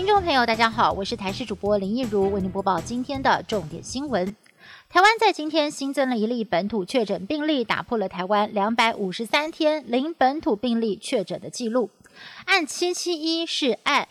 众朋友大家好，我是台视主播林奕如，为您播报今天的重点新闻。台湾在今天新增了一例本土确诊病例，打破了台湾253天零本土病例确诊的记录。案771是案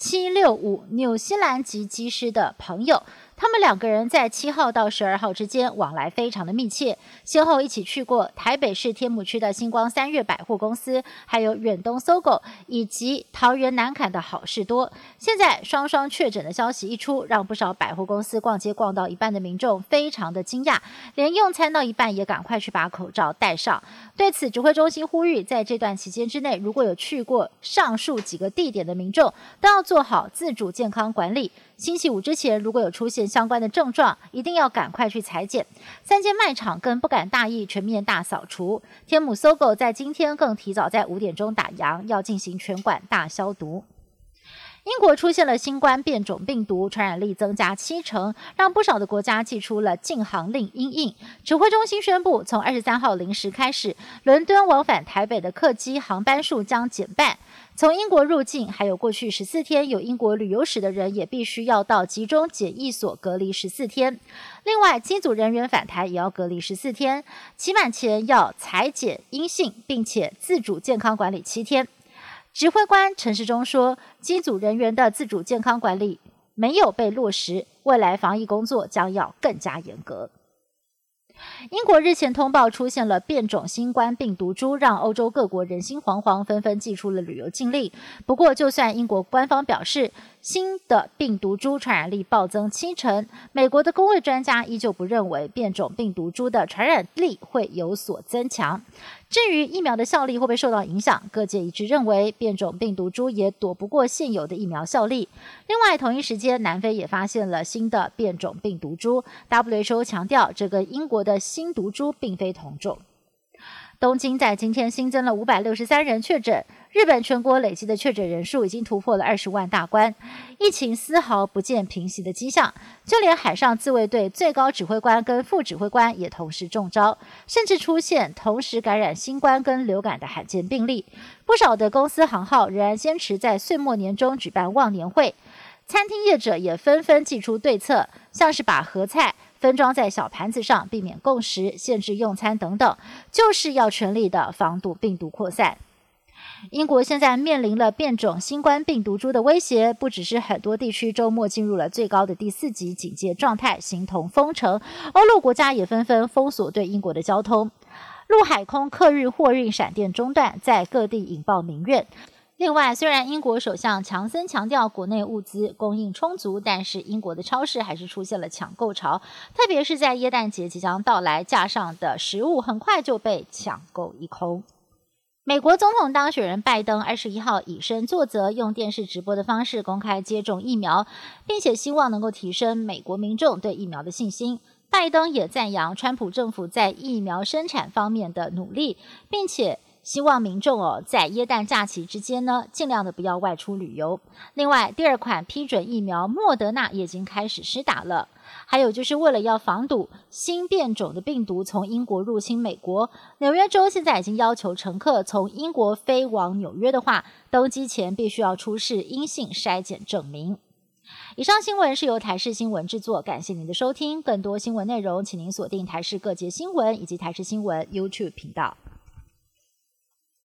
765纽西兰籍机师的朋友，他们2个人在7号到12号之间往来非常的密切，先后一起去过台北市天母区的星光三越百货公司，还有远东搜狗以及桃园南崁的好事多。现在双双确诊的消息一出，让不少百货公司逛街逛到一半的民众非常的惊讶，连用餐到一半也赶快去把口罩戴上。对此，指挥中心呼吁，在这段期间之内，如果有去过上述几个地点的民众，都要做好自主健康管理。星期五之前，如果有出现相关的症状，一定要赶快去采检。3间卖场更不敢大意，全面大扫除。天母搜狗在今天更提早在5点钟打烊，要进行全馆大消毒。英国出现了新冠变种病毒，传染力增加70%，让不少的国家祭出了禁航令因应。指挥中心宣布，从23号0时开始，伦敦往返台北的客机航班数将减半。从英国入境，还有过去14天有英国旅游史的人，也必须要到集中检疫所隔离14天。另外，机组人员返台也要隔离14天，期满前要采检阴性，并且自主健康管理7天。指挥官陈时中说，机组人员的自主健康管理没有被落实，未来防疫工作将要更加严格。英国日前通报出现了变种新冠病毒株，让欧洲各国人心惶惶，纷纷祭出了旅游禁令。不过，就算英国官方表示新的病毒株传染力暴增70%，美国的公卫专家依旧不认为变种病毒株的传染力会有所增强。至于疫苗的效力会不会受到影响，各界一致认为变种病毒株也躲不过现有的疫苗效力。另外，同一时间，南非也发现了新的变种病毒株， WHO 强调这跟英国的新毒株并非同种。东京在今天新增了563人确诊，日本全国累计的确诊人数已经突破了20万大关，疫情丝毫不见平息的迹象，就连海上自卫队最高指挥官跟副指挥官也同时中招，甚至出现同时感染新冠跟流感的罕见病例。不少的公司行号仍然坚持在岁末年终举办忘年会，餐厅业者也纷纷祭出对策，像是把合菜分装在小盘子上，避免共食、限制用餐等等，就是要全力的防堵病毒扩散。英国现在面临了变种新冠病毒株的威胁，不只是很多地区周末进入了最高的第4级警戒状态，形同封城，欧陆国家也纷纷封锁对英国的交通，陆海空客运货运闪电中断，在各地引爆民怨。另外，虽然英国首相强森强调国内物资供应充足，但是英国的超市还是出现了抢购潮，特别是在耶诞节即将到来，架上的食物很快就被抢购一空。美国总统当选人拜登21号以身作则，用电视直播的方式公开接种疫苗，并且希望能够提升美国民众对疫苗的信心。拜登也赞扬川普政府在疫苗生产方面的努力，并且希望民众在耶诞假期之间呢，尽量的不要外出旅游。另外，第2款批准疫苗莫德纳也已经开始施打了。还有就是为了要防堵新变种的病毒从英国入侵美国，纽约州现在已经要求乘客从英国飞往纽约的话，登机前必须要出示阴性筛检证明。以上新闻是由台视新闻制作，感谢您的收听。更多新闻内容，请您锁定台视各节新闻以及台视新闻 YouTube 频道。